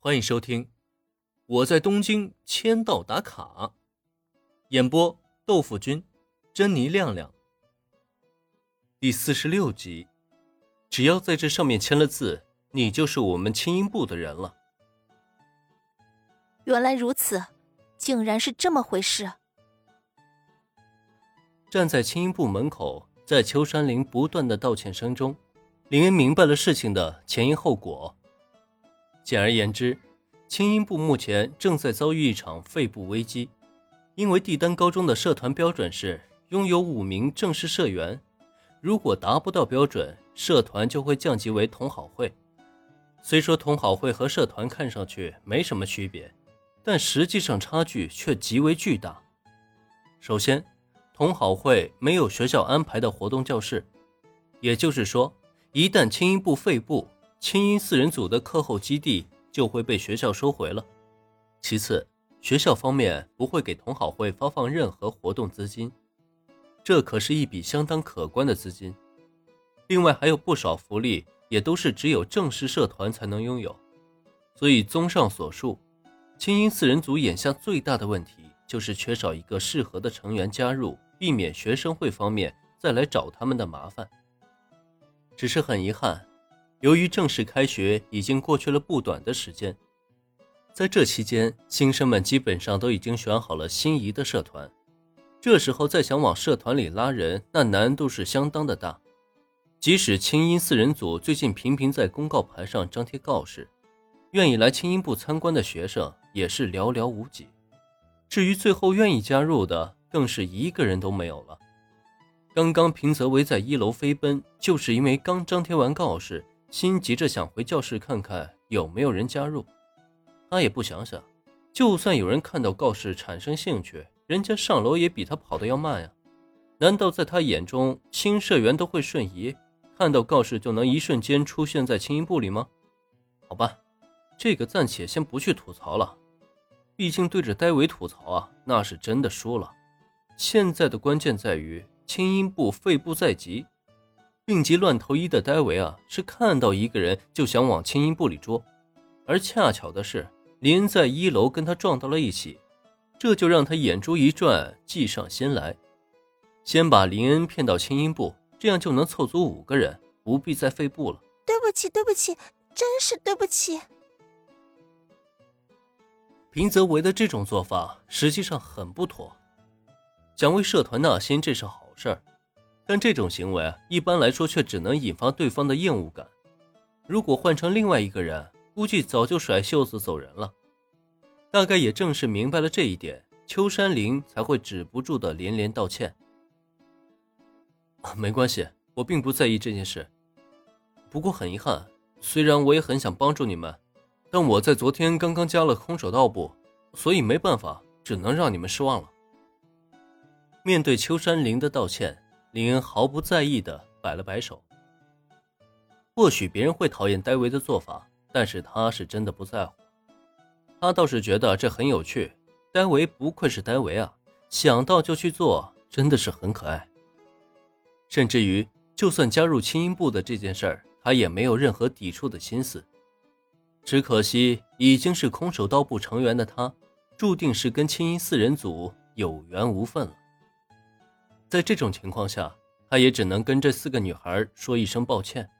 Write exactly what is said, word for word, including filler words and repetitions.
欢迎收听《我在东京签到打卡》，演播豆腐君、珍妮亮亮。第四十六集，只要在这上面签了字，你就是我们青音部的人了。 原来如此，竟然是这么回事。 站在青音部门口，在秋山林不断的道歉声中，林恩明白了事情的前因后果。简而言之，青音部目前正在遭遇一场肺部危机，因为帝丹高中的社团标准是拥有五名正式社员，如果达不到标准，社团就会降级为同好会。虽说同好会和社团看上去没什么区别，但实际上差距却极为巨大。首先，同好会没有学校安排的活动教室，也就是说，一旦青音部废部，青音四人组的课后基地就会被学校收回了。其次，学校方面不会给同好会发放任何活动资金，这可是一笔相当可观的资金。另外还有不少福利也都是只有正式社团才能拥有。所以综上所述，青音四人组眼下最大的问题就是缺少一个适合的成员加入，避免学生会方面再来找他们的麻烦。只是很遗憾，由于正式开学已经过去了不短的时间，在这期间，新生们基本上都已经选好了心仪的社团，这时候再想往社团里拉人，那难度是相当的大。即使青音四人组最近频频在公告牌上张贴告示，愿意来青音部参观的学生也是寥寥无几，至于最后愿意加入的，更是一个人都没有了。刚刚平泽唯在一楼飞奔，就是因为刚张贴完告示，心急着想回教室看看有没有人加入。他也不想想，就算有人看到告示产生兴趣，人家上楼也比他跑得要慢呀。难道在他眼中，新社员都会瞬移，看到告示就能一瞬间出现在青音部里吗？好吧，这个暂且先不去吐槽了，毕竟对着呆维吐槽啊，那是真的输了。现在的关键在于青音部废部在即，病急乱投医的呆维啊，是看到一个人就想往青音部里捉，而恰巧的是林恩在一楼跟他撞到了一起，这就让他眼珠一转，计上心来，先把林恩骗到青音部，这样就能凑足五个人，不必再废部了。 对不起对不起，真是对不起。 平泽唯的这种做法实际上很不妥，想为社团纳新这是好事儿，但这种行为一般来说却只能引发对方的厌恶感。如果换成另外一个人，估计早就甩袖子走人了。大概也正是明白了这一点，秋山绫才会止不住的连连道歉。没关系，我并不在意这件事。不过很遗憾，虽然我也很想帮助你们，但我在昨天刚刚加了空手道部，所以没办法，只能让你们失望了。面对秋山绫的道歉，林恩毫不在意地摆了摆手。或许别人会讨厌呆维的做法，但是他是真的不在乎。他倒是觉得这很有趣，呆维不愧是呆维啊，想到就去做，真的是很可爱。甚至于就算加入青音部的这件事儿，他也没有任何抵触的心思。只可惜已经是空手道部成员的他，注定是跟青音四人组有缘无分了。在这种情况下，他也只能跟这四个女孩说一声抱歉。